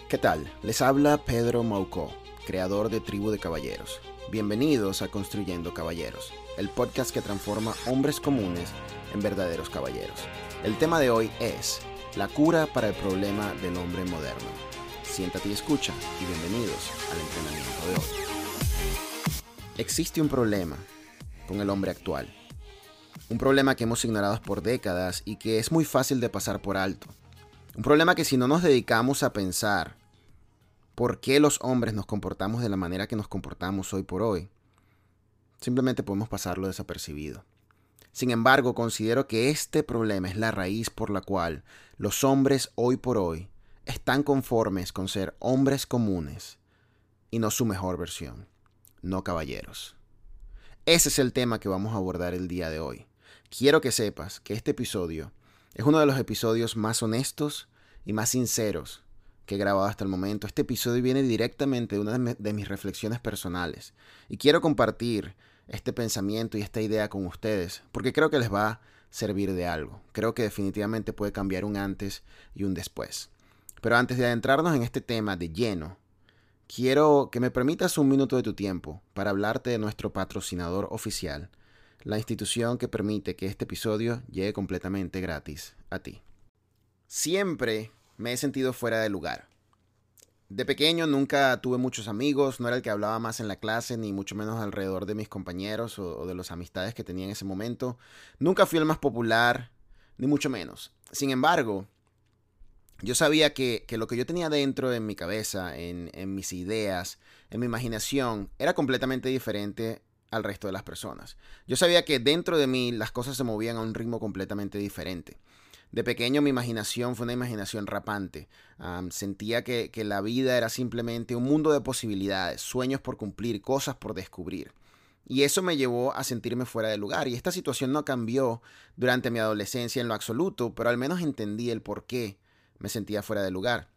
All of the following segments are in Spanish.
¿Qué tal? Les habla Pedro Maucó, creador de Tribu de Caballeros. Bienvenidos a Construyendo Caballeros, el podcast que transforma hombres comunes en verdaderos caballeros. El tema de hoy es la cura para el problema del hombre moderno. Siéntate y escucha, y bienvenidos al entrenamiento de hoy. Existe un problema con el hombre actual. Un problema que hemos ignorado por décadas y que es muy fácil de pasar por alto. Un problema que si no nos dedicamos a pensar por qué los hombres nos comportamos de la manera que nos comportamos hoy por hoy, simplemente podemos pasarlo desapercibido. Sin embargo, considero que este problema es la raíz por la cual los hombres hoy por hoy están conformes con ser hombres comunes y no su mejor versión, no caballeros. Ese es el tema que vamos a abordar el día de hoy. Quiero que sepas que este episodio es uno de los episodios más honestos y más sinceros que he grabado hasta el momento. Este episodio viene directamente de una de mis reflexiones personales y quiero compartir este pensamiento y esta idea con ustedes porque creo que les va a servir de algo. Creo que definitivamente puede cambiar un antes y un después. Pero antes de adentrarnos en este tema de lleno, quiero que me permitas un minuto de tu tiempo para hablarte de nuestro patrocinador oficial, la institución que permite que este episodio llegue completamente gratis a ti. Siempre me he sentido fuera de lugar. De pequeño nunca tuve muchos amigos, no era el que hablaba más en la clase, ni mucho menos alrededor de mis compañeros o de las amistades que tenía en ese momento. Nunca fui el más popular, ni mucho menos. Sin embargo, yo sabía que lo que yo tenía dentro en mi cabeza, en mis ideas, en mi imaginación, era completamente diferente al resto de las personas. Yo sabía que dentro de mí las cosas se movían a un ritmo completamente diferente. De pequeño mi imaginación fue una imaginación rapante. Sentía que la vida era simplemente un mundo de posibilidades, sueños por cumplir, cosas por descubrir. Y eso me llevó a sentirme fuera de lugar. Y esta situación no cambió durante mi adolescencia en lo absoluto, pero al menos entendí el por qué me sentía fuera de lugar.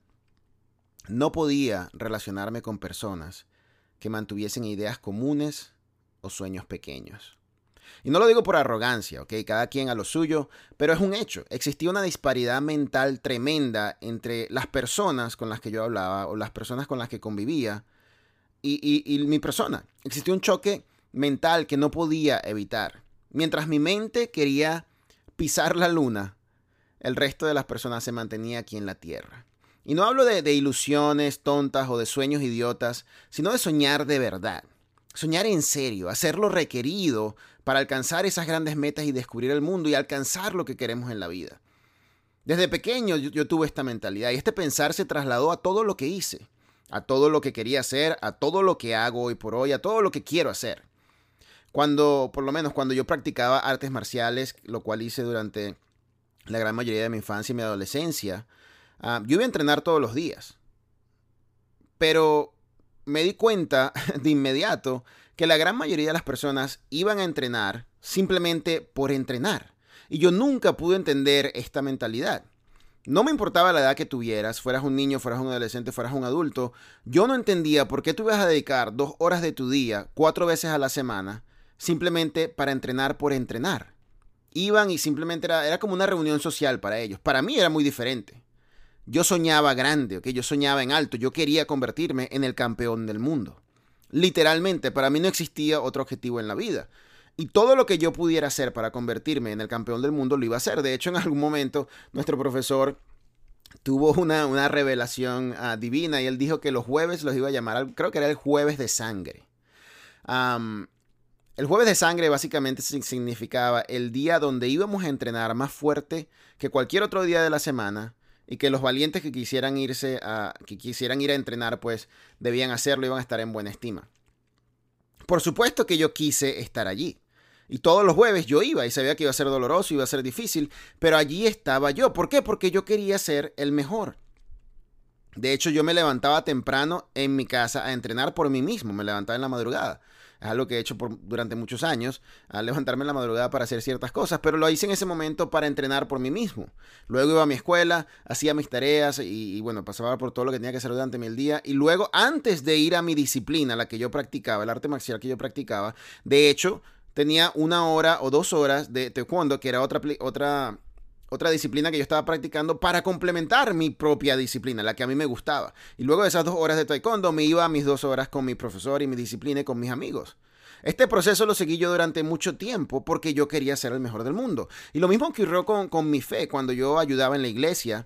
No podía relacionarme con personas que mantuviesen ideas comunes o sueños pequeños. Y no lo digo por arrogancia, ¿ok? Cada quien a lo suyo, pero es un hecho. Existía una disparidad mental tremenda entre las personas con las que yo hablaba o las personas con las que convivía y mi persona. Existía un choque mental que no podía evitar. Mientras mi mente quería pisar la luna, el resto de las personas se mantenía aquí en la tierra. Y no hablo de ilusiones tontas o de sueños idiotas, sino de soñar de verdad. Soñar en serio, hacer lo requerido para alcanzar esas grandes metas y descubrir el mundo y alcanzar lo que queremos en la vida. Desde pequeño yo tuve esta mentalidad y este pensar se trasladó a todo lo que hice, a todo lo que quería hacer, a todo lo que hago hoy por hoy, a todo lo que quiero hacer. Por lo menos cuando yo practicaba artes marciales, lo cual hice durante la gran mayoría de mi infancia y mi adolescencia, yo iba a entrenar todos los días. Pero me di cuenta de inmediato que la gran mayoría de las personas iban a entrenar simplemente por entrenar. Y yo nunca pude entender esta mentalidad. No me importaba la edad que tuvieras, fueras un niño, fueras un adolescente, fueras un adulto. Yo no entendía por qué tú ibas a dedicar 2 horas de tu día, 4 veces a la semana, simplemente para entrenar por entrenar. Iban y simplemente era como una reunión social para ellos. Para mí era muy diferente. Yo soñaba grande, ¿ok? Yo soñaba en alto. Yo quería convertirme en el campeón del mundo. Literalmente, para mí no existía otro objetivo en la vida. Y todo lo que yo pudiera hacer para convertirme en el campeón del mundo lo iba a hacer. De hecho, en algún momento, nuestro profesor tuvo una revelación divina y él dijo que los jueves los iba a llamar, creo que era el jueves de sangre. El jueves de sangre básicamente significaba el día donde íbamos a entrenar más fuerte que cualquier otro día de la semana. Y que los valientes que quisieran ir a entrenar, pues debían hacerlo y iban a estar en buena estima. Por supuesto que yo quise estar allí. Y todos los jueves yo iba y sabía que iba a ser doloroso, iba a ser difícil, pero allí estaba yo. ¿Por qué? Porque yo quería ser el mejor. De hecho, yo me levantaba temprano en mi casa a entrenar por mí mismo. Me levantaba en la madrugada. Es algo que he hecho durante muchos años, a levantarme en la madrugada para hacer ciertas cosas, pero lo hice en ese momento para entrenar por mí mismo. Luego iba a mi escuela, hacía mis tareas y bueno, pasaba por todo lo que tenía que hacer durante el día. Y luego, antes de ir a mi disciplina, la que yo practicaba, el arte marcial que yo practicaba, de hecho, tenía 1 hora o 2 horas de taekwondo, que era otra otra disciplina que yo estaba practicando para complementar mi propia disciplina, la que a mí me gustaba. Y luego de esas 2 horas de taekwondo me iba a mis 2 horas con mi profesor y mi disciplina y con mis amigos. Este proceso lo seguí yo durante mucho tiempo porque yo quería ser el mejor del mundo. Y lo mismo ocurrió con mi fe. Cuando yo ayudaba en la iglesia,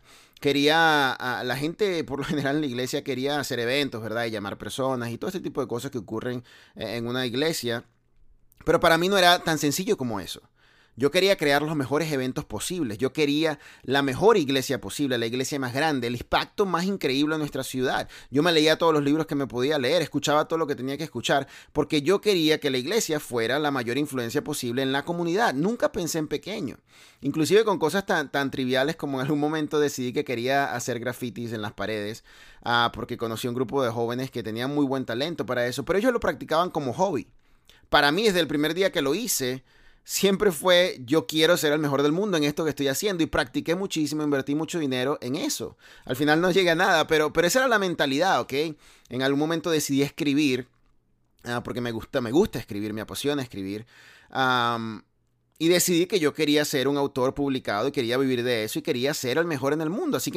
la gente por lo general en la iglesia quería hacer eventos, ¿verdad? Y llamar personas y todo este tipo de cosas que ocurren en una iglesia. Pero para mí no era tan sencillo como eso. Yo quería crear los mejores eventos posibles. Yo quería la mejor iglesia posible, la iglesia más grande, el impacto más increíble en nuestra ciudad. Yo me leía todos los libros que me podía leer, escuchaba todo lo que tenía que escuchar, porque yo quería que la iglesia fuera la mayor influencia posible en la comunidad. Nunca pensé en pequeño. Inclusive con cosas tan triviales como en algún momento decidí que quería hacer grafitis en las paredes, porque conocí un grupo de jóvenes que tenían muy buen talento para eso, pero ellos lo practicaban como hobby. Para mí, desde el primer día que lo hice, siempre fue, yo quiero ser el mejor del mundo en esto que estoy haciendo, y practiqué muchísimo, invertí mucho dinero en eso. Al final no llegué a nada, pero esa era la mentalidad, ¿ok? En algún momento decidí escribir, porque me gusta escribir, me apasiona escribir. Y decidí que yo quería ser un autor publicado y quería vivir de eso y quería ser el mejor en el mundo. Así que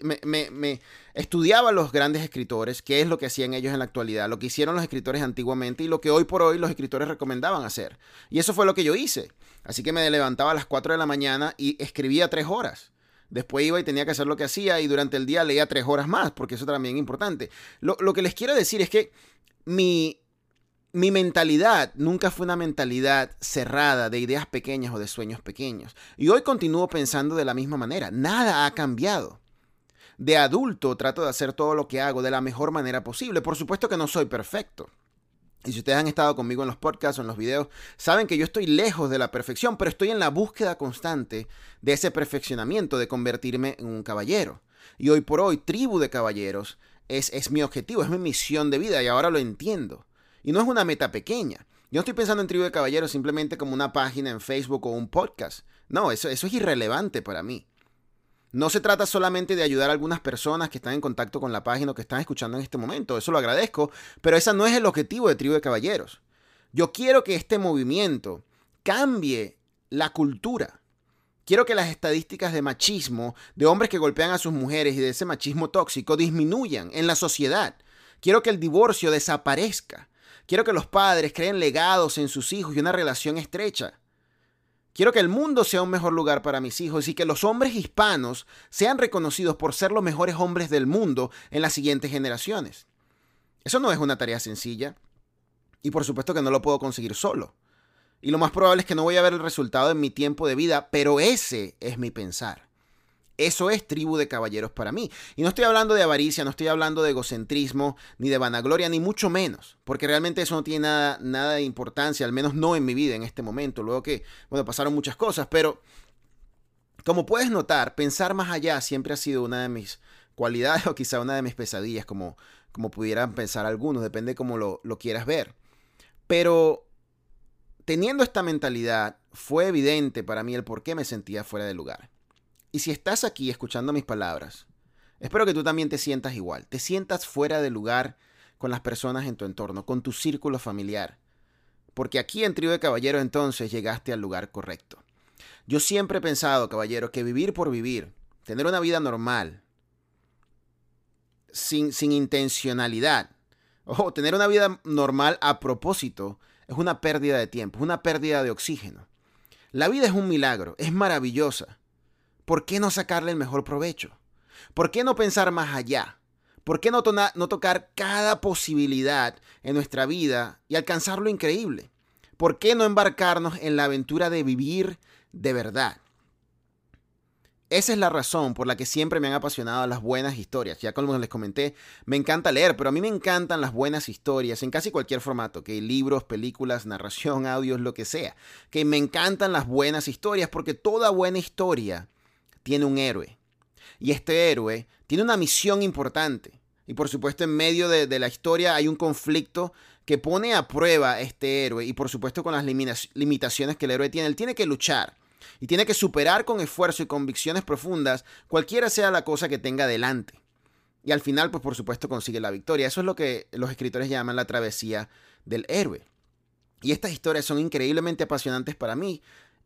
me estudiaba a los grandes escritores, qué es lo que hacían ellos en la actualidad, lo que hicieron los escritores antiguamente y lo que hoy por hoy los escritores recomendaban hacer. Y eso fue lo que yo hice. Así que me levantaba a las 4 de la mañana y escribía 3 horas. Después iba y tenía que hacer lo que hacía y durante el día leía 3 horas más, porque eso también es importante. Lo que les quiero decir es que mi mentalidad nunca fue una mentalidad cerrada de ideas pequeñas o de sueños pequeños. Y hoy continúo pensando de la misma manera. Nada ha cambiado. De adulto trato de hacer todo lo que hago de la mejor manera posible. Por supuesto que no soy perfecto. Y si ustedes han estado conmigo en los podcasts o en los videos, saben que yo estoy lejos de la perfección, pero estoy en la búsqueda constante de ese perfeccionamiento, de convertirme en un caballero. Y hoy por hoy, Tribu de Caballeros es mi objetivo, es mi misión de vida y ahora lo entiendo. Y no es una meta pequeña. Yo no estoy pensando en Tribu de Caballeros simplemente como una página en Facebook o un podcast. No, eso es irrelevante para mí. No se trata solamente de ayudar a algunas personas que están en contacto con la página o que están escuchando en este momento. Eso lo agradezco, pero ese no es el objetivo de Tribu de Caballeros. Yo quiero que este movimiento cambie la cultura. Quiero que las estadísticas de machismo, de hombres que golpean a sus mujeres y de ese machismo tóxico disminuyan en la sociedad. Quiero que el divorcio desaparezca. Quiero que los padres creen legados en sus hijos y una relación estrecha. Quiero que el mundo sea un mejor lugar para mis hijos y que los hombres hispanos sean reconocidos por ser los mejores hombres del mundo en las siguientes generaciones. Eso no es una tarea sencilla y por supuesto que no lo puedo conseguir solo. Y lo más probable es que no voy a ver el resultado en mi tiempo de vida, pero ese es mi pensar. Eso es Tribu de Caballeros para mí. Y no estoy hablando de avaricia, no estoy hablando de egocentrismo, ni de vanagloria, ni mucho menos. Porque realmente eso no tiene nada de importancia, al menos no en mi vida en este momento. Luego que, pasaron muchas cosas. Pero, como puedes notar, pensar más allá siempre ha sido una de mis cualidades o quizá una de mis pesadillas, como pudieran pensar algunos. Depende cómo lo quieras ver. Pero, teniendo esta mentalidad, fue evidente para mí el por qué me sentía fuera de lugar. Y si estás aquí escuchando mis palabras, espero que tú también te sientas igual. Te sientas fuera de lugar con las personas en tu entorno, con tu círculo familiar. Porque aquí en Tribu de Caballeros entonces llegaste al lugar correcto. Yo siempre he pensado, caballero, que vivir por vivir, tener una vida normal, sin intencionalidad, o tener una vida normal a propósito, es una pérdida de tiempo, es una pérdida de oxígeno. La vida es un milagro, es maravillosa. ¿Por qué no sacarle el mejor provecho? ¿Por qué no pensar más allá? ¿Por qué no tocar cada posibilidad en nuestra vida y alcanzar lo increíble? ¿Por qué no embarcarnos en la aventura de vivir de verdad? Esa es la razón por la que siempre me han apasionado las buenas historias. Ya como les comenté, me encanta leer, pero a mí me encantan las buenas historias en casi cualquier formato, que libros, películas, narración, audios, lo que sea. Que me encantan las buenas historias porque toda buena historia tiene un héroe. Y este héroe tiene una misión importante. Y por supuesto en medio de la historia hay un conflicto que pone a prueba a este héroe. Y por supuesto con las limitaciones que el héroe tiene. Él tiene que luchar. Y tiene que superar con esfuerzo y convicciones profundas cualquiera sea la cosa que tenga delante. Y al final, pues por supuesto consigue la victoria. Eso es lo que los escritores llaman la travesía del héroe. Y estas historias son increíblemente apasionantes para mí.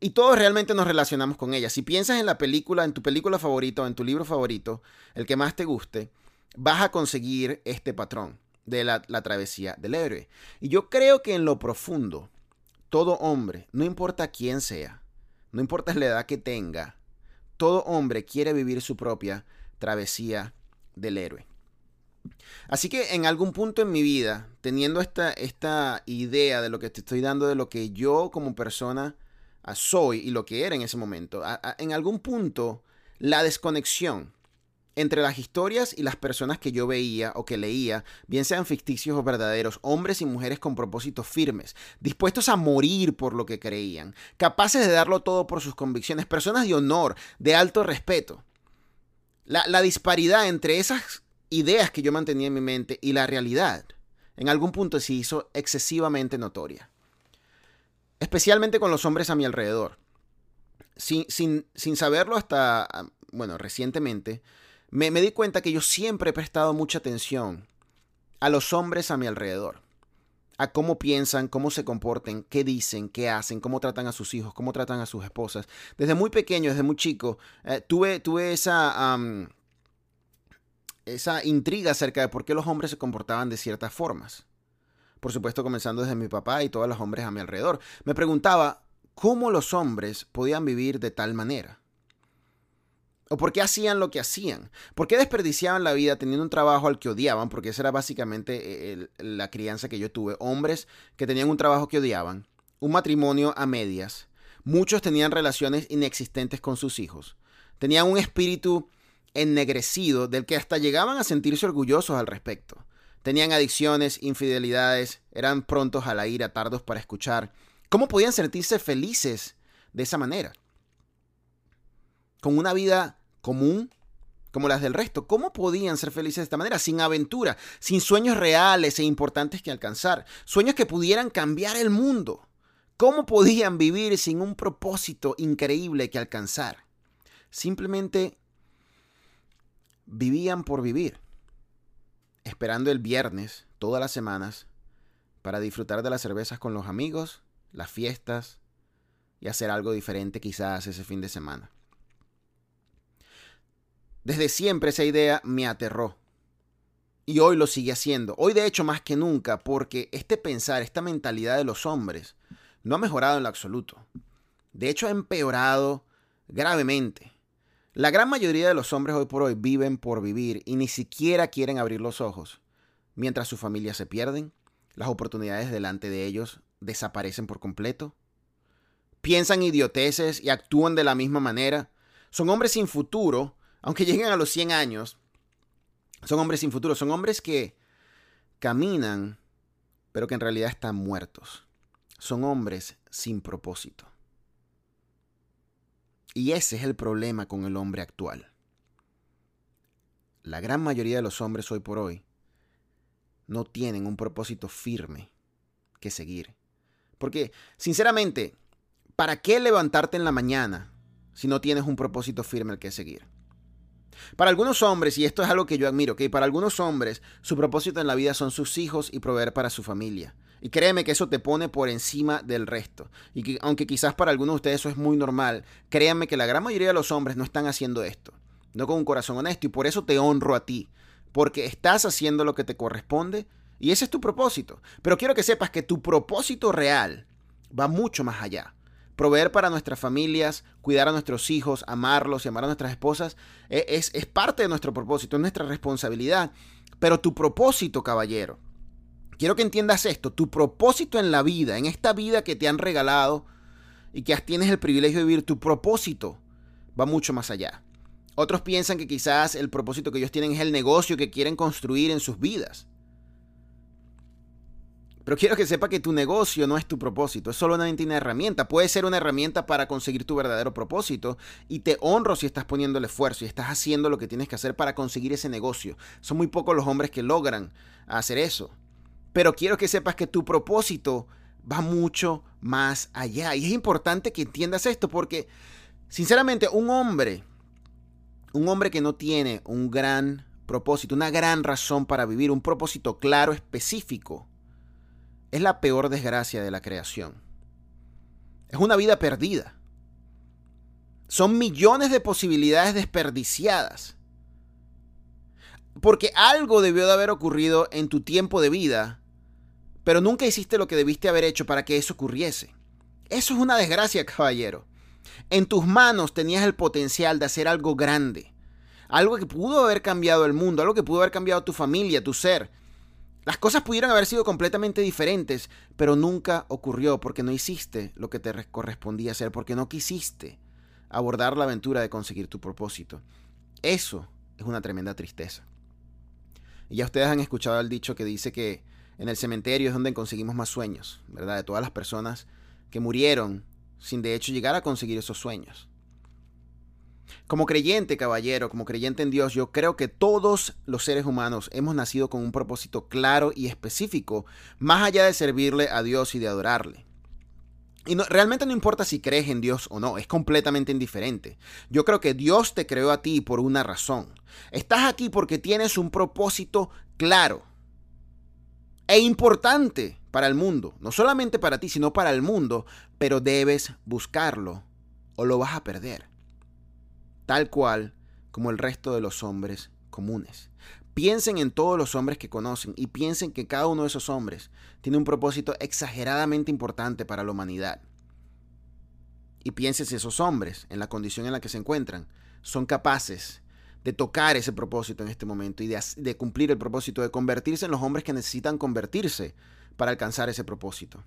Y todos realmente nos relacionamos con ella. Si piensas en la película, en tu película favorita o en tu libro favorito, el que más te guste, vas a conseguir este patrón de la travesía del héroe. Y yo creo que en lo profundo, todo hombre, no importa quién sea, no importa la edad que tenga, todo hombre quiere vivir su propia travesía del héroe. Así que en algún punto en mi vida, teniendo esta idea de lo que te estoy dando, de lo que yo como persona soy y lo que era en ese momento, en algún punto la desconexión entre las historias y las personas que yo veía o que leía, bien sean ficticios o verdaderos, hombres y mujeres con propósitos firmes, dispuestos a morir por lo que creían, capaces de darlo todo por sus convicciones, personas de honor, de alto respeto. La disparidad entre esas ideas que yo mantenía en mi mente y la realidad, en algún punto se hizo excesivamente notoria. Especialmente con los hombres a mi alrededor. Sin saberlo hasta, bueno, recientemente, me di cuenta que yo siempre he prestado mucha atención a los hombres a mi alrededor. A cómo piensan, cómo se comportan, qué dicen, qué hacen, cómo tratan a sus hijos, cómo tratan a sus esposas. Desde muy pequeño, desde muy chico, tuve esa intriga acerca de por qué los hombres se comportaban de ciertas formas. Por supuesto, comenzando desde mi papá y todos los hombres a mi alrededor. Me preguntaba cómo los hombres podían vivir de tal manera. ¿O por qué hacían lo que hacían? ¿Por qué desperdiciaban la vida teniendo un trabajo al que odiaban? Porque esa era básicamente la crianza que yo tuve. Hombres que tenían un trabajo que odiaban, un matrimonio a medias. Muchos tenían relaciones inexistentes con sus hijos. Tenían un espíritu ennegrecido del que hasta llegaban a sentirse orgullosos al respecto. Tenían adicciones, infidelidades, eran prontos a la ira, tardos para escuchar. ¿Cómo podían sentirse felices de esa manera? Con una vida común como las del resto. ¿Cómo podían ser felices de esta manera? Sin aventura, sin sueños reales e importantes que alcanzar. Sueños que pudieran cambiar el mundo. ¿Cómo podían vivir sin un propósito increíble que alcanzar? Simplemente vivían por vivir, esperando el viernes todas las semanas para disfrutar de las cervezas con los amigos, las fiestas y hacer algo diferente quizás ese fin de semana. Desde siempre esa idea me aterró y hoy lo sigue haciendo. Hoy de hecho más que nunca, porque este pensar, esta mentalidad de los hombres no ha mejorado en lo absoluto. De hecho ha empeorado gravemente. La gran mayoría de los hombres hoy por hoy viven por vivir y ni siquiera quieren abrir los ojos. Mientras sus familias se pierden, las oportunidades delante de ellos desaparecen por completo. Piensan idioteces y actúan de la misma manera. Son hombres sin futuro, aunque lleguen a los 100 años. Son hombres sin futuro, son hombres que caminan, pero que en realidad están muertos. Son hombres sin propósito. Y ese es el problema con el hombre actual. La gran mayoría de los hombres hoy por hoy no tienen un propósito firme que seguir. Porque, sinceramente, ¿para qué levantarte en la mañana si no tienes un propósito firme al que seguir? Para algunos hombres, y esto es algo que yo admiro, que para algunos hombres su propósito en la vida son sus hijos y proveer para su familia. Y créeme que eso te pone por encima del resto. Y que, aunque quizás para algunos de ustedes eso es muy normal, créanme que la gran mayoría de los hombres no están haciendo esto. No con un corazón honesto. Y por eso te honro a ti. Porque estás haciendo lo que te corresponde y ese es tu propósito. Pero quiero que sepas que tu propósito real va mucho más allá. Proveer para nuestras familias, cuidar a nuestros hijos, amarlos y amar a nuestras esposas es parte de nuestro propósito, es nuestra responsabilidad. Pero tu propósito, caballero, quiero que entiendas esto, tu propósito en la vida, en esta vida que te han regalado y que tienes el privilegio de vivir, tu propósito va mucho más allá. Otros piensan que quizás el propósito que ellos tienen es el negocio que quieren construir en sus vidas. Pero quiero que sepa que tu negocio no es tu propósito, es solamente una herramienta. Puede ser una herramienta para conseguir tu verdadero propósito y te honro si estás poniendo el esfuerzo y estás haciendo lo que tienes que hacer para conseguir ese negocio. Son muy pocos los hombres que logran hacer eso. Pero quiero que sepas que tu propósito va mucho más allá. Y es importante que entiendas esto porque, sinceramente, un hombre que no tiene un gran propósito, una gran razón para vivir, un propósito claro, específico, es la peor desgracia de la creación. Es una vida perdida. Son millones de posibilidades desperdiciadas. Porque algo debió de haber ocurrido en tu tiempo de vida, pero nunca hiciste lo que debiste haber hecho para que eso ocurriese. Eso es una desgracia, caballero. En tus manos tenías el potencial de hacer algo grande. Algo que pudo haber cambiado el mundo, algo que pudo haber cambiado tu familia, tu ser. Las cosas pudieron haber sido completamente diferentes, pero nunca ocurrió porque no hiciste lo que te correspondía hacer, porque no quisiste abordar la aventura de conseguir tu propósito. Eso es una tremenda tristeza. Y ya ustedes han escuchado el dicho que dice que en el cementerio es donde conseguimos más sueños, ¿verdad? De todas las personas que murieron sin de hecho llegar a conseguir esos sueños. Como creyente, caballero, como creyente en Dios, yo creo que todos los seres humanos hemos nacido con un propósito claro y específico, más allá de servirle a Dios y de adorarle. Y realmente no importa si crees en Dios o no, es completamente indiferente. Yo creo que Dios te creó a ti por una razón. Estás aquí porque tienes un propósito claro e importante para el mundo. No solamente para ti, sino para el mundo, pero debes buscarlo o lo vas a perder. Tal cual como el resto de los hombres comunes. Piensen en todos los hombres que conocen y piensen que cada uno de esos hombres tiene un propósito exageradamente importante para la humanidad. Y piensen si esos hombres, en la condición en la que se encuentran, son capaces de tocar ese propósito en este momento y de cumplir el propósito, de convertirse en los hombres que necesitan convertirse para alcanzar ese propósito.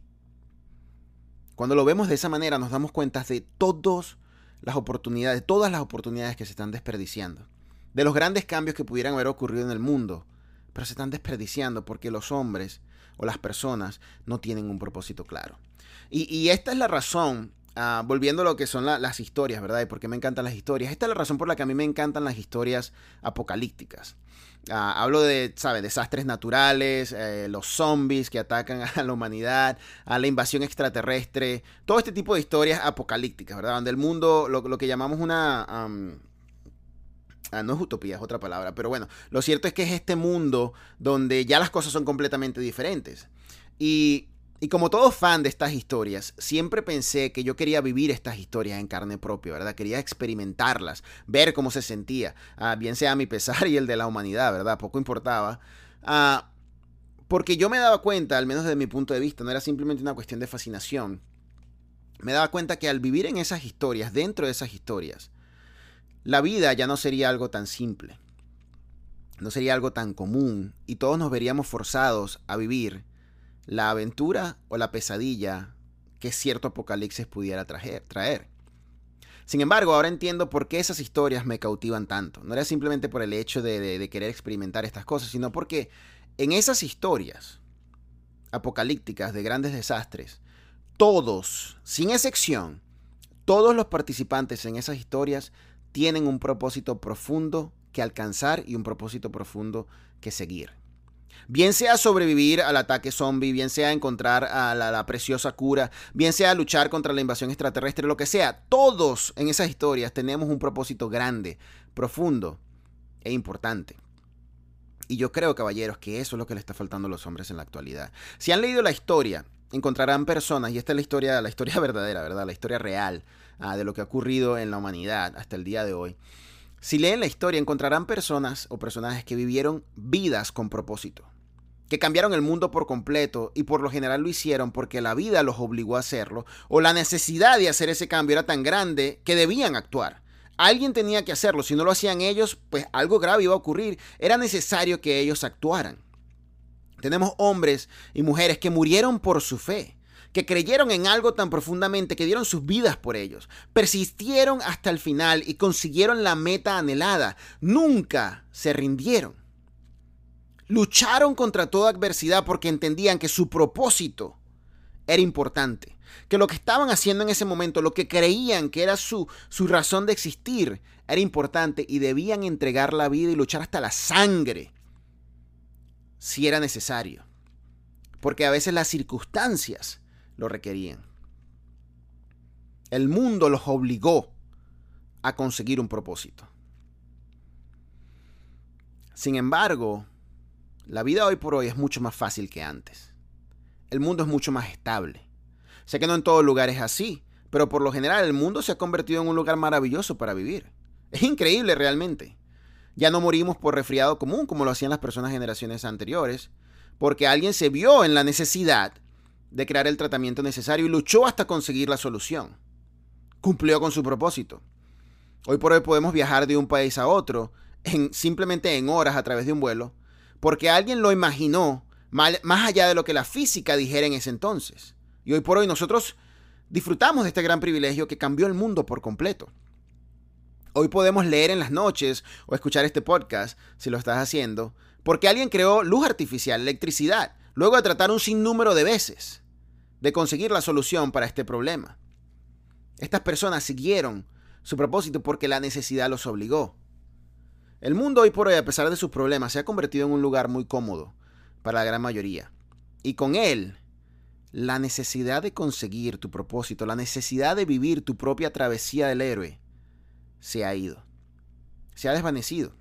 Cuando lo vemos de esa manera nos damos cuenta de todas las oportunidades que se están desperdiciando. De los grandes cambios que pudieran haber ocurrido en el mundo, pero se están desperdiciando porque los hombres o las personas no tienen un propósito claro. Y esta es la razón, volviendo a lo que son las historias, ¿verdad? Y por qué me encantan las historias. Esta es la razón por la que a mí me encantan las historias apocalípticas. Hablo de, desastres naturales, los zombies que atacan a la humanidad, a la invasión extraterrestre, todo este tipo de historias apocalípticas, ¿verdad? Donde el mundo, lo que llamamos una... no es utopía, es otra palabra, pero bueno, lo cierto es que es este mundo donde ya las cosas son completamente diferentes. Y como todo fan de estas historias, siempre pensé que yo quería vivir estas historias en carne propia, ¿verdad? Quería experimentarlas, ver cómo se sentía, bien sea a mi pesar y el de la humanidad, ¿verdad? Poco importaba. Porque yo me daba cuenta, al menos desde mi punto de vista, no era simplemente una cuestión de fascinación. Me daba cuenta que al vivir en esas historias, dentro de esas historias, la vida ya no sería algo tan simple, no sería algo tan común y todos nos veríamos forzados a vivir la aventura o la pesadilla que cierto apocalipsis pudiera traer. Sin embargo, ahora entiendo por qué esas historias me cautivan tanto. No era simplemente por el hecho de querer experimentar estas cosas, sino porque en esas historias apocalípticas de grandes desastres, todos, sin excepción, todos los participantes en esas historias tienen un propósito profundo que alcanzar y un propósito profundo que seguir. Bien sea sobrevivir al ataque zombie, bien sea encontrar a la preciosa cura, bien sea luchar contra la invasión extraterrestre, lo que sea, todos en esas historias tenemos un propósito grande, profundo e importante. Y yo creo, caballeros, que eso es lo que le está faltando a los hombres en la actualidad. Si han leído la historia, encontrarán personas, y esta es la historia verdadera, ¿verdad? La historia real de lo que ha ocurrido en la humanidad hasta el día de hoy. Si leen la historia, encontrarán personas o personajes que vivieron vidas con propósito, que cambiaron el mundo por completo y por lo general lo hicieron porque la vida los obligó a hacerlo o la necesidad de hacer ese cambio era tan grande que debían actuar. Alguien tenía que hacerlo, si no lo hacían ellos, pues algo grave iba a ocurrir. Era necesario que ellos actuaran. Tenemos hombres y mujeres que murieron por su fe, que creyeron en algo tan profundamente que dieron sus vidas por ellos, persistieron hasta el final y consiguieron la meta anhelada. Nunca se rindieron. Lucharon contra toda adversidad porque entendían que su propósito era importante, que lo que estaban haciendo en ese momento, lo que creían que era su razón de existir, era importante y debían entregar la vida y luchar hasta la sangre si era necesario, porque a veces las circunstancias lo requerían. El mundo los obligó a conseguir un propósito. Sin embargo, la vida hoy por hoy es mucho más fácil que antes. El mundo es mucho más estable. Sé que no en todo lugar es así, pero por lo general el mundo se ha convertido en un lugar maravilloso para vivir. Es increíble realmente. Ya no morimos por resfriado común como lo hacían las personas de generaciones anteriores, porque alguien se vio en la necesidad de crear el tratamiento necesario y luchó hasta conseguir la solución. Cumplió con su propósito. Hoy por hoy podemos viajar de un país a otro simplemente en horas a través de un vuelo, porque alguien lo imaginó más allá de lo que la física dijera en ese entonces. Y hoy por hoy nosotros disfrutamos de este gran privilegio que cambió el mundo por completo. Hoy podemos leer en las noches o escuchar este podcast, si lo estás haciendo, porque alguien creó luz artificial, electricidad, luego de tratar un sinnúmero de veces de conseguir la solución para este problema. Estas personas siguieron su propósito porque la necesidad los obligó. El mundo hoy por hoy, a pesar de sus problemas, se ha convertido en un lugar muy cómodo para la gran mayoría. Y con él, la necesidad de conseguir tu propósito, la necesidad de vivir tu propia travesía del héroe, se ha ido. Se ha desvanecido.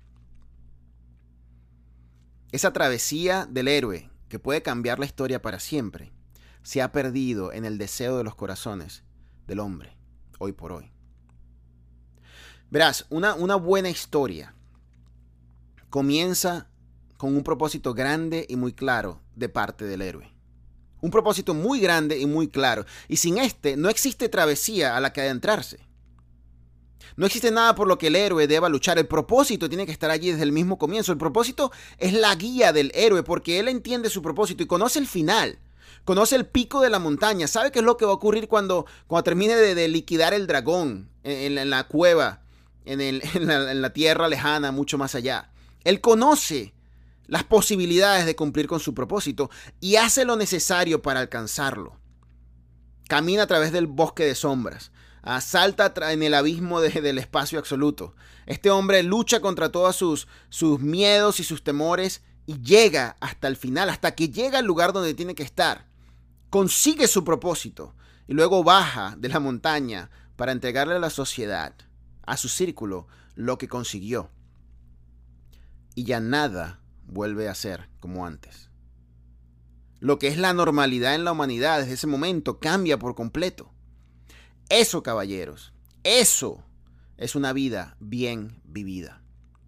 Esa travesía del héroe que puede cambiar la historia para siempre, se ha perdido en el deseo de los corazones del hombre, hoy por hoy. Verás, una buena historia comienza con un propósito grande y muy claro de parte del héroe. Un propósito muy grande y muy claro. Y sin este no existe travesía a la que adentrarse. No existe nada por lo que el héroe deba luchar. El propósito tiene que estar allí desde el mismo comienzo. El propósito es la guía del héroe porque él entiende su propósito y conoce el final. Conoce el pico de la montaña. Sabe qué es lo que va a ocurrir cuando termine de liquidar el dragón en la cueva, en la tierra lejana, mucho más allá. Él conoce las posibilidades de cumplir con su propósito y hace lo necesario para alcanzarlo. Camina a través del bosque de sombras. Salta en el abismo del espacio absoluto. Este hombre lucha contra todos sus miedos y sus temores y llega hasta el final, hasta que llega al lugar donde tiene que estar. Consigue su propósito y luego baja de la montaña para entregarle a la sociedad, a su círculo, lo que consiguió. Y ya nada vuelve a ser como antes. Lo que es la normalidad en la humanidad desde ese momento cambia por completo. Eso, caballeros, eso es una vida bien vivida.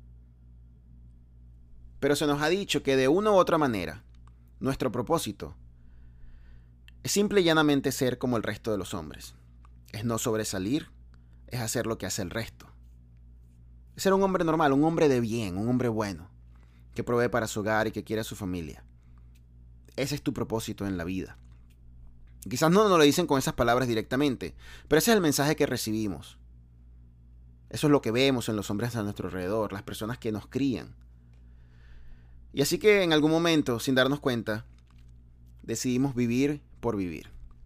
Pero se nos ha dicho que de una u otra manera, nuestro propósito es simple y llanamente ser como el resto de los hombres. Es no sobresalir, es hacer lo que hace el resto. Es ser un hombre normal, un hombre de bien, un hombre bueno, que provee para su hogar y que quiere a su familia. Ese es tu propósito en la vida. Quizás no nos lo dicen con esas palabras directamente, pero ese es el mensaje que recibimos. Eso es lo que vemos en los hombres a nuestro alrededor, las personas que nos crían. Y así que en algún momento, sin darnos cuenta, decidimos vivir por vivir.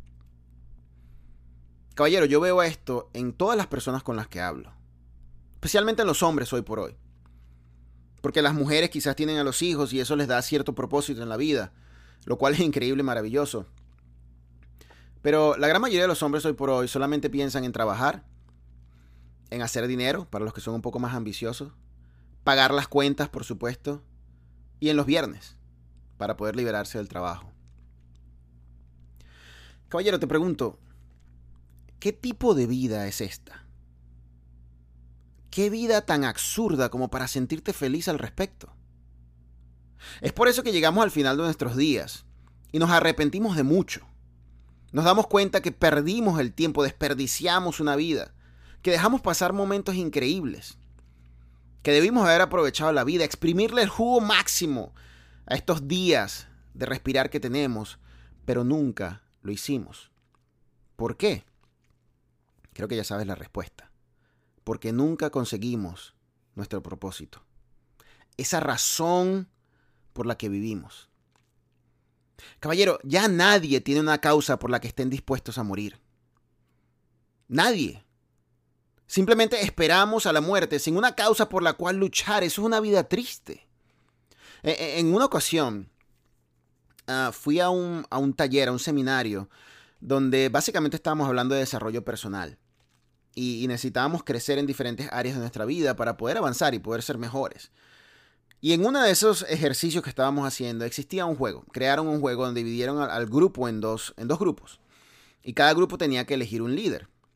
Caballero, yo veo esto en todas las personas con las que hablo, especialmente en los hombres hoy por hoy. Porque las mujeres quizás tienen a los hijos y eso les da cierto propósito en la vida, lo cual es increíble y maravilloso. Pero la gran mayoría de los hombres hoy por hoy solamente piensan en trabajar, en hacer dinero, para los que son un poco más ambiciosos, pagar las cuentas, por supuesto, y en los viernes, para poder liberarse del trabajo. Caballero, te pregunto, ¿qué tipo de vida es esta? ¿Qué vida tan absurda como para sentirte feliz al respecto? Es por eso que llegamos al final de nuestros días y nos arrepentimos de mucho. Nos damos cuenta que perdimos el tiempo, desperdiciamos una vida, que dejamos pasar momentos increíbles, que debimos haber aprovechado la vida, exprimirle el jugo máximo a estos días de respirar que tenemos, pero nunca lo hicimos. ¿Por qué? Creo que ya sabes la respuesta. Porque nunca conseguimos nuestro propósito. Esa razón por la que vivimos. Caballero, ya nadie tiene una causa por la que estén dispuestos a morir. Nadie. Simplemente esperamos a la muerte sin una causa por la cual luchar. Eso es una vida triste. En una ocasión fui a un taller, a un seminario, donde básicamente estábamos hablando de desarrollo personal. Y necesitábamos crecer en diferentes áreas de nuestra vida para poder avanzar y poder ser mejores. Y en uno de esos ejercicios que estábamos haciendo existía un juego. Crearon un juego donde dividieron al grupo en dos grupos. Y cada grupo tenía que elegir un líder.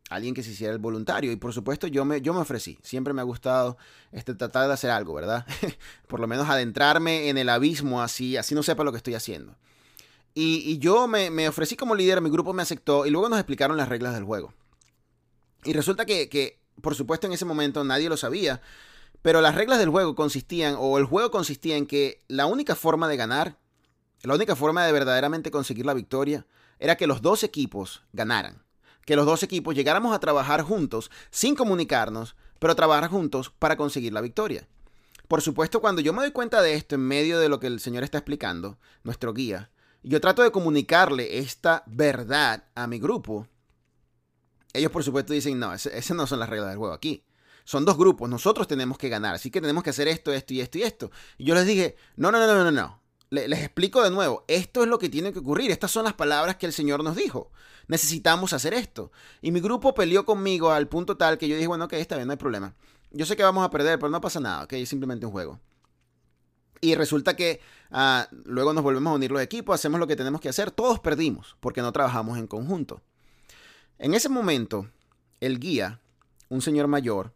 alguien que se hiciera el voluntario. Y por supuesto yo me ofrecí. Siempre me ha gustado tratar de hacer algo, ¿verdad? Por lo menos adentrarme en el abismo así no sepa lo que estoy haciendo. Y yo me ofrecí como líder, mi grupo me aceptó y luego nos explicaron las reglas del juego. Y resulta que por supuesto en ese momento nadie lo sabía, pero las reglas del juego el juego consistía en que la única forma de ganar, la única forma de verdaderamente conseguir la victoria, era que los dos equipos ganaran. Que los dos equipos llegáramos a trabajar juntos, sin comunicarnos, pero trabajar juntos para conseguir la victoria. Por supuesto, cuando yo me doy cuenta de esto en medio de lo que el señor está explicando, nuestro guía, yo trato de comunicarle esta verdad a mi grupo. Ellos, por supuesto, dicen, no, esas no son las reglas del juego aquí. Son dos grupos, nosotros tenemos que ganar, así que tenemos que hacer esto, esto y esto y esto. Y yo les dije, no. Les explico de nuevo, esto es lo que tiene que ocurrir, estas son las palabras que el Señor nos dijo. Necesitamos hacer esto. Y mi grupo peleó conmigo al punto tal que yo dije, bueno, ok, está bien, no hay problema. Yo sé que vamos a perder, pero no pasa nada, ok, es simplemente un juego. Y resulta que luego nos volvemos a unir los equipos, hacemos lo que tenemos que hacer, todos perdimos porque no trabajamos en conjunto. En ese momento, el guía, un señor mayor,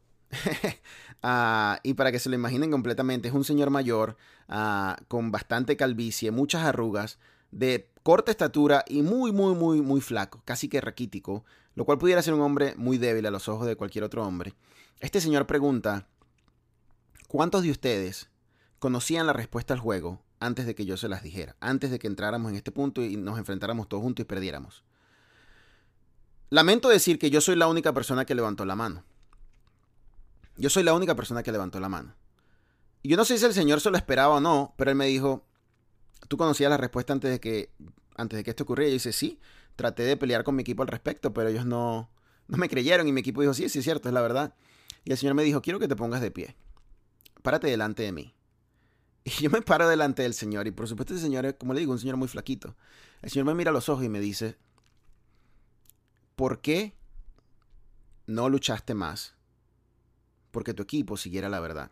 y para que se lo imaginen completamente, es un señor mayor con bastante calvicie, muchas arrugas, de corta estatura y muy flaco, casi que raquítico, lo cual pudiera ser un hombre muy débil a los ojos de cualquier otro hombre. Este señor pregunta, ¿cuántos de ustedes conocían la respuesta al juego antes de que yo se las dijera? Antes de que entráramos en este punto y nos enfrentáramos todos juntos y perdiéramos. Lamento decir que yo soy la única persona que levantó la mano. Yo soy la única persona que levantó la mano. Y yo no sé si el señor se lo esperaba o no, pero él me dijo, ¿tú conocías la respuesta antes de que esto ocurriera? Y yo dice, sí, traté de pelear con mi equipo al respecto, pero ellos no me creyeron y mi equipo dijo, sí, es cierto, es la verdad. Y el señor me dijo, quiero que te pongas de pie. Párate delante de mí. Y yo me paro delante del señor y por supuesto ese señor es, como le digo, un señor muy flaquito. El señor me mira a los ojos y me dice, ¿por qué no luchaste más? Porque tu equipo siguiera la verdad.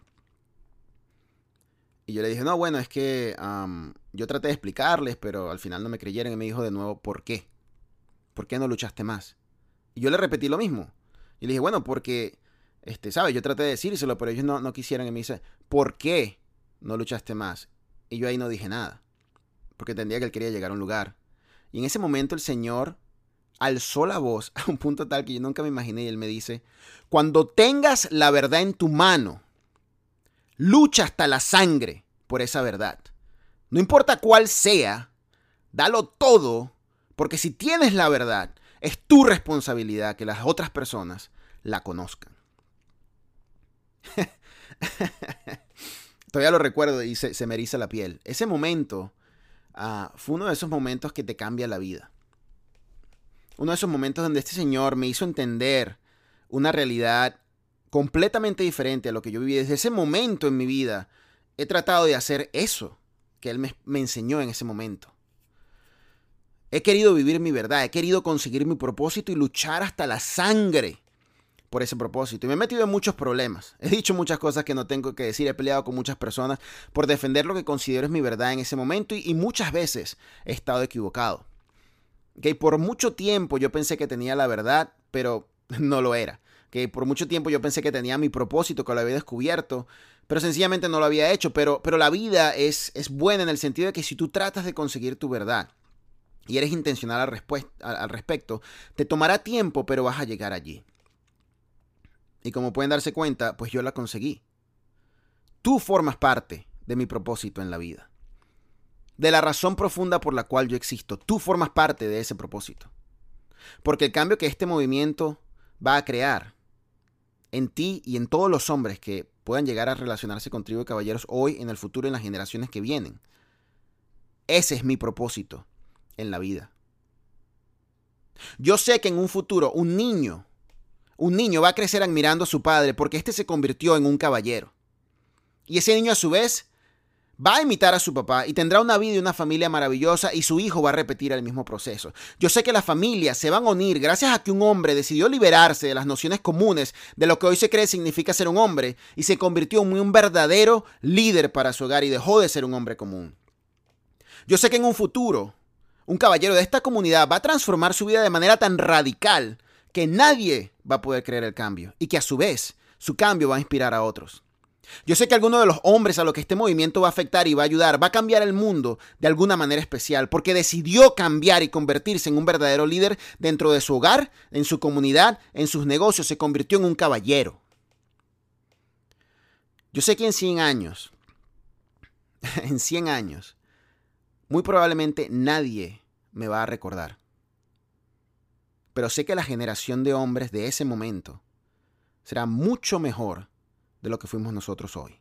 Y yo le dije, no, bueno, es que yo traté de explicarles, pero al final no me creyeron y me dijo de nuevo, ¿por qué? ¿Por qué no luchaste más? Y yo le repetí lo mismo. Y le dije, bueno, porque, ¿sabes? Yo traté de decírselo, pero ellos no quisieron. Y me dice, ¿por qué no luchaste más? Y yo ahí no dije nada, porque entendía que él quería llegar a un lugar. Y en ese momento el Señor alzó la voz a un punto tal que yo nunca me imaginé y él me dice, cuando tengas la verdad en tu mano, lucha hasta la sangre por esa verdad. No importa cuál sea, dalo todo, porque si tienes la verdad, es tu responsabilidad que las otras personas la conozcan. Todavía lo recuerdo y se me eriza la piel. Ese momento fue uno de esos momentos que te cambia la vida. Uno de esos momentos donde este señor me hizo entender una realidad completamente diferente a lo que yo viví. Desde ese momento en mi vida he tratado de hacer eso que él me enseñó en ese momento. He querido vivir mi verdad, he querido conseguir mi propósito y luchar hasta la sangre por ese propósito. Y me he metido en muchos problemas. He dicho muchas cosas que no tengo que decir. He peleado con muchas personas por defender lo que considero es mi verdad en ese momento y muchas veces he estado equivocado. Okay, por mucho tiempo yo pensé que tenía la verdad, pero no lo era. Okay, por mucho tiempo yo pensé que tenía mi propósito, que lo había descubierto, pero sencillamente no lo había hecho. Pero la vida es buena en el sentido de que si tú tratas de conseguir tu verdad y eres intencional al respecto, te tomará tiempo, pero vas a llegar allí. Y como pueden darse cuenta, pues yo la conseguí. Tú formas parte de mi propósito en la vida. De la razón profunda por la cual yo existo. Tú formas parte de ese propósito. Porque el cambio que este movimiento va a crear en ti y en todos los hombres que puedan llegar a relacionarse con Tribu de Caballeros hoy, en el futuro, en las generaciones que vienen. Ese es mi propósito en la vida. Yo sé que en un futuro un niño va a crecer admirando a su padre porque éste se convirtió en un caballero. Y ese niño a su vez va a imitar a su papá y tendrá una vida y una familia maravillosa y su hijo va a repetir el mismo proceso. Yo sé que las familias se van a unir gracias a que un hombre decidió liberarse de las nociones comunes de lo que hoy se cree significa ser un hombre y se convirtió en un verdadero líder para su hogar y dejó de ser un hombre común. Yo sé que en un futuro un caballero de esta comunidad va a transformar su vida de manera tan radical que nadie va a poder creer el cambio y que a su vez su cambio va a inspirar a otros. Yo sé que alguno de los hombres a los que este movimiento va a afectar y va a ayudar, va a cambiar el mundo de alguna manera especial, porque decidió cambiar y convertirse en un verdadero líder dentro de su hogar, en su comunidad, en sus negocios, se convirtió en un caballero. Yo sé que en 100 años, muy probablemente nadie me va a recordar. Pero sé que la generación de hombres de ese momento será mucho mejor de lo que fuimos nosotros hoy.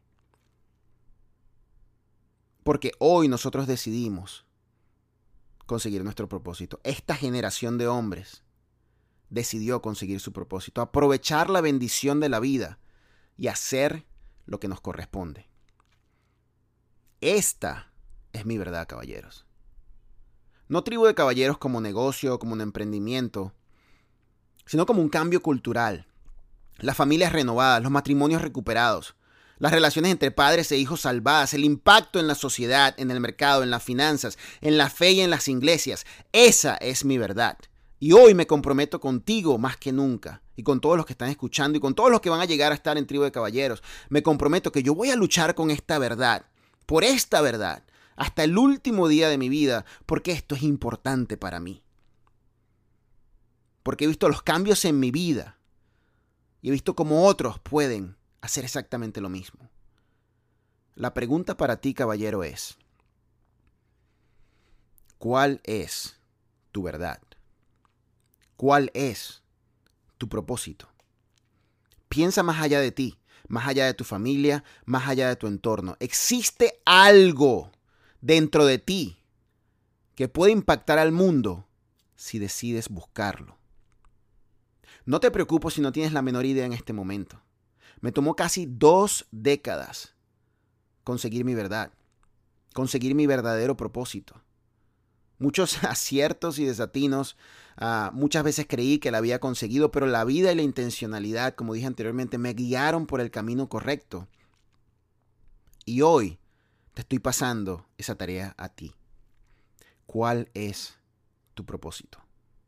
Porque hoy nosotros decidimos conseguir nuestro propósito. Esta generación de hombres decidió conseguir su propósito, aprovechar la bendición de la vida y hacer lo que nos corresponde. Esta es mi verdad, caballeros. No Tribu de Caballeros como negocio, como un emprendimiento, sino como un cambio cultural. Las familias renovadas, los matrimonios recuperados, las relaciones entre padres e hijos salvadas, el impacto en la sociedad, en el mercado, en las finanzas, en la fe y en las iglesias. Esa es mi verdad. Y hoy me comprometo contigo más que nunca, y con todos los que están escuchando y con todos los que van a llegar a estar en Tribu de Caballeros. Me comprometo que yo voy a luchar con esta verdad, por esta verdad, hasta el último día de mi vida, porque esto es importante para mí. Porque he visto los cambios en mi vida. Y he visto cómo otros pueden hacer exactamente lo mismo. La pregunta para ti, caballero, es: ¿cuál es tu verdad? ¿Cuál es tu propósito? Piensa más allá de ti, más allá de tu familia, más allá de tu entorno. ¿Existe algo dentro de ti que puede impactar al mundo si decides buscarlo? No te preocupes si no tienes la menor idea en este momento. Me tomó casi 2 décadas conseguir mi verdad, conseguir mi verdadero propósito. Muchos aciertos y desatinos, muchas veces creí que la había conseguido, pero la vida y la intencionalidad, como dije anteriormente, me guiaron por el camino correcto. Y hoy te estoy pasando esa tarea a ti. ¿Cuál es tu propósito?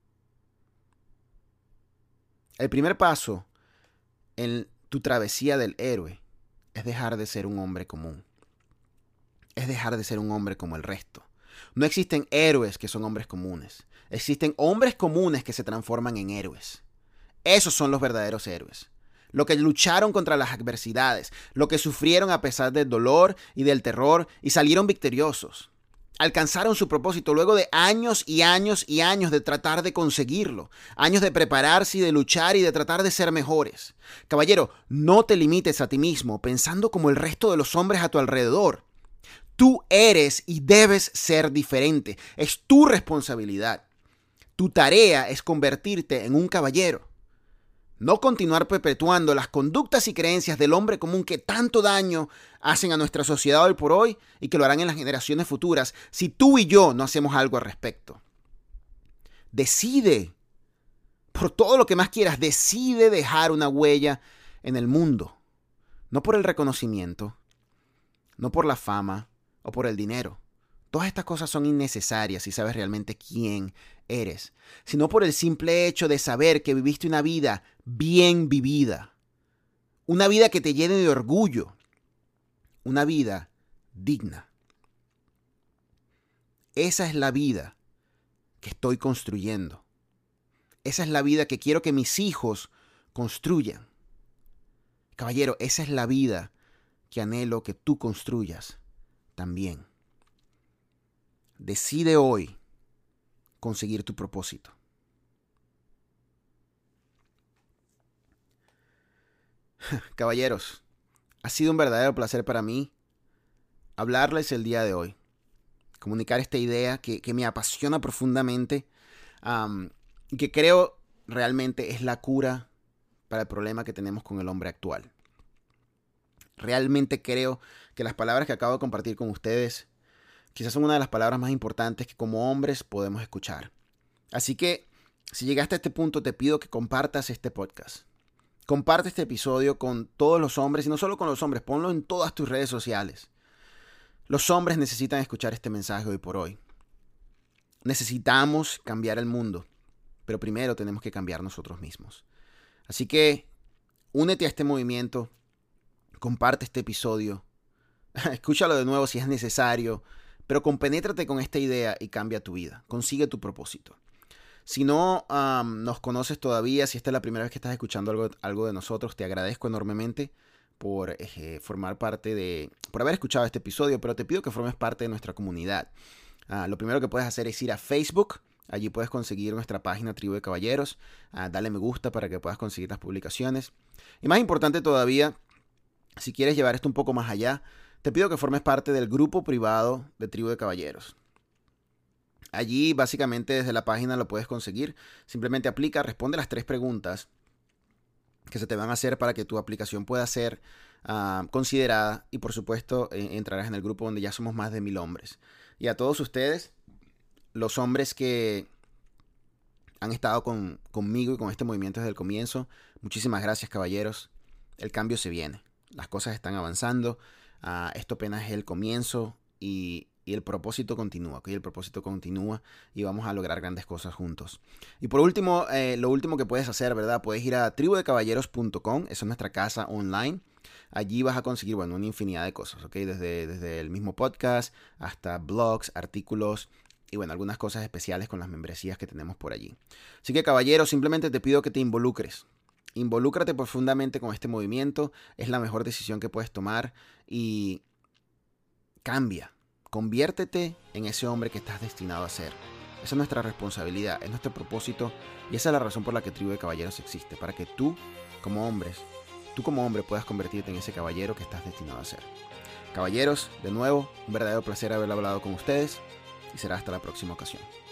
El primer paso en tu travesía del héroe es dejar de ser un hombre común. Es dejar de ser un hombre como el resto. No existen héroes que son hombres comunes. Existen hombres comunes que se transforman en héroes. Esos son los verdaderos héroes. Los que lucharon contra las adversidades, los que sufrieron a pesar del dolor y del terror y salieron victoriosos. Alcanzaron su propósito luego de años y años y años de tratar de conseguirlo. Años de prepararse y de luchar y de tratar de ser mejores. Caballero, no te limites a ti mismo pensando como el resto de los hombres a tu alrededor. Tú eres y debes ser diferente. Es tu responsabilidad. Tu tarea es convertirte en un caballero. No continuar perpetuando las conductas y creencias del hombre común que tanto daño hacen a nuestra sociedad hoy por hoy y que lo harán en las generaciones futuras si tú y yo no hacemos algo al respecto. Decide, por todo lo que más quieras, decide dejar una huella en el mundo. No por el reconocimiento, no por la fama o por el dinero. Todas estas cosas son innecesarias si sabes realmente quién eres, sino por el simple hecho de saber que viviste una vida bien vivida, una vida que te llene de orgullo, una vida digna. Esa es la vida que estoy construyendo. Esa es la vida que quiero que mis hijos construyan. Caballero, esa es la vida que anhelo que tú construyas también. Decide hoy conseguir tu propósito. Caballeros, ha sido un verdadero placer para mí hablarles el día de hoy. Comunicar esta idea que me apasiona profundamente y que creo realmente es la cura para el problema que tenemos con el hombre actual. Realmente creo que las palabras que acabo de compartir con ustedes quizás son una de las palabras más importantes que como hombres podemos escuchar. Así que, si llegaste a este punto, te pido que compartas este podcast. Comparte este episodio con todos los hombres, y no solo con los hombres, ponlo en todas tus redes sociales. Los hombres necesitan escuchar este mensaje hoy por hoy. Necesitamos cambiar el mundo. pero primero tenemos que cambiar nosotros mismos. Así que únete a este movimiento, comparte este episodio, escúchalo de nuevo si es necesario, pero compenétrate con esta idea y cambia tu vida, consigue tu propósito. Si no nos conoces todavía, si esta es la primera vez que estás escuchando algo de nosotros, te agradezco enormemente por formar parte por haber escuchado este episodio, pero te pido que formes parte de nuestra comunidad. Lo primero que puedes hacer es ir a Facebook. Allí puedes conseguir nuestra página Tribu de Caballeros. Dale me gusta para que puedas conseguir las publicaciones. Y más importante todavía, si quieres llevar esto un poco más allá, te pido que formes parte del grupo privado de Tribu de Caballeros. Allí básicamente desde la página lo puedes conseguir. Simplemente aplica, responde las 3 preguntas que se te van a hacer para que tu aplicación pueda ser considerada. Y por supuesto entrarás en el grupo donde ya somos más de 1000 hombres. Y a todos ustedes, los hombres que han estado conmigo y con este movimiento desde el comienzo, muchísimas gracias, caballeros. El cambio se viene. Las cosas están avanzando. Esto apenas es el comienzo y el propósito continúa. ¿Okay? El propósito continúa y vamos a lograr grandes cosas juntos. Y por último, lo último que puedes hacer, ¿verdad? Puedes ir a tribudecaballeros.com. Esa es nuestra casa online. Allí vas a conseguir, una infinidad de cosas, ¿ok? Desde el mismo podcast hasta blogs, artículos y, algunas cosas especiales con las membresías que tenemos por allí. Así que, caballeros, simplemente te pido que te involucres. Involúcrate profundamente con este movimiento. Es la mejor decisión que puedes tomar y cambia. Conviértete en ese hombre que estás destinado a ser. Esa es nuestra responsabilidad, es nuestro propósito y esa es la razón por la que Tribu de Caballeros existe. Para que tú como hombre puedas convertirte en ese caballero que estás destinado a ser. Caballeros, de nuevo, un verdadero placer haber hablado con ustedes y será hasta la próxima ocasión.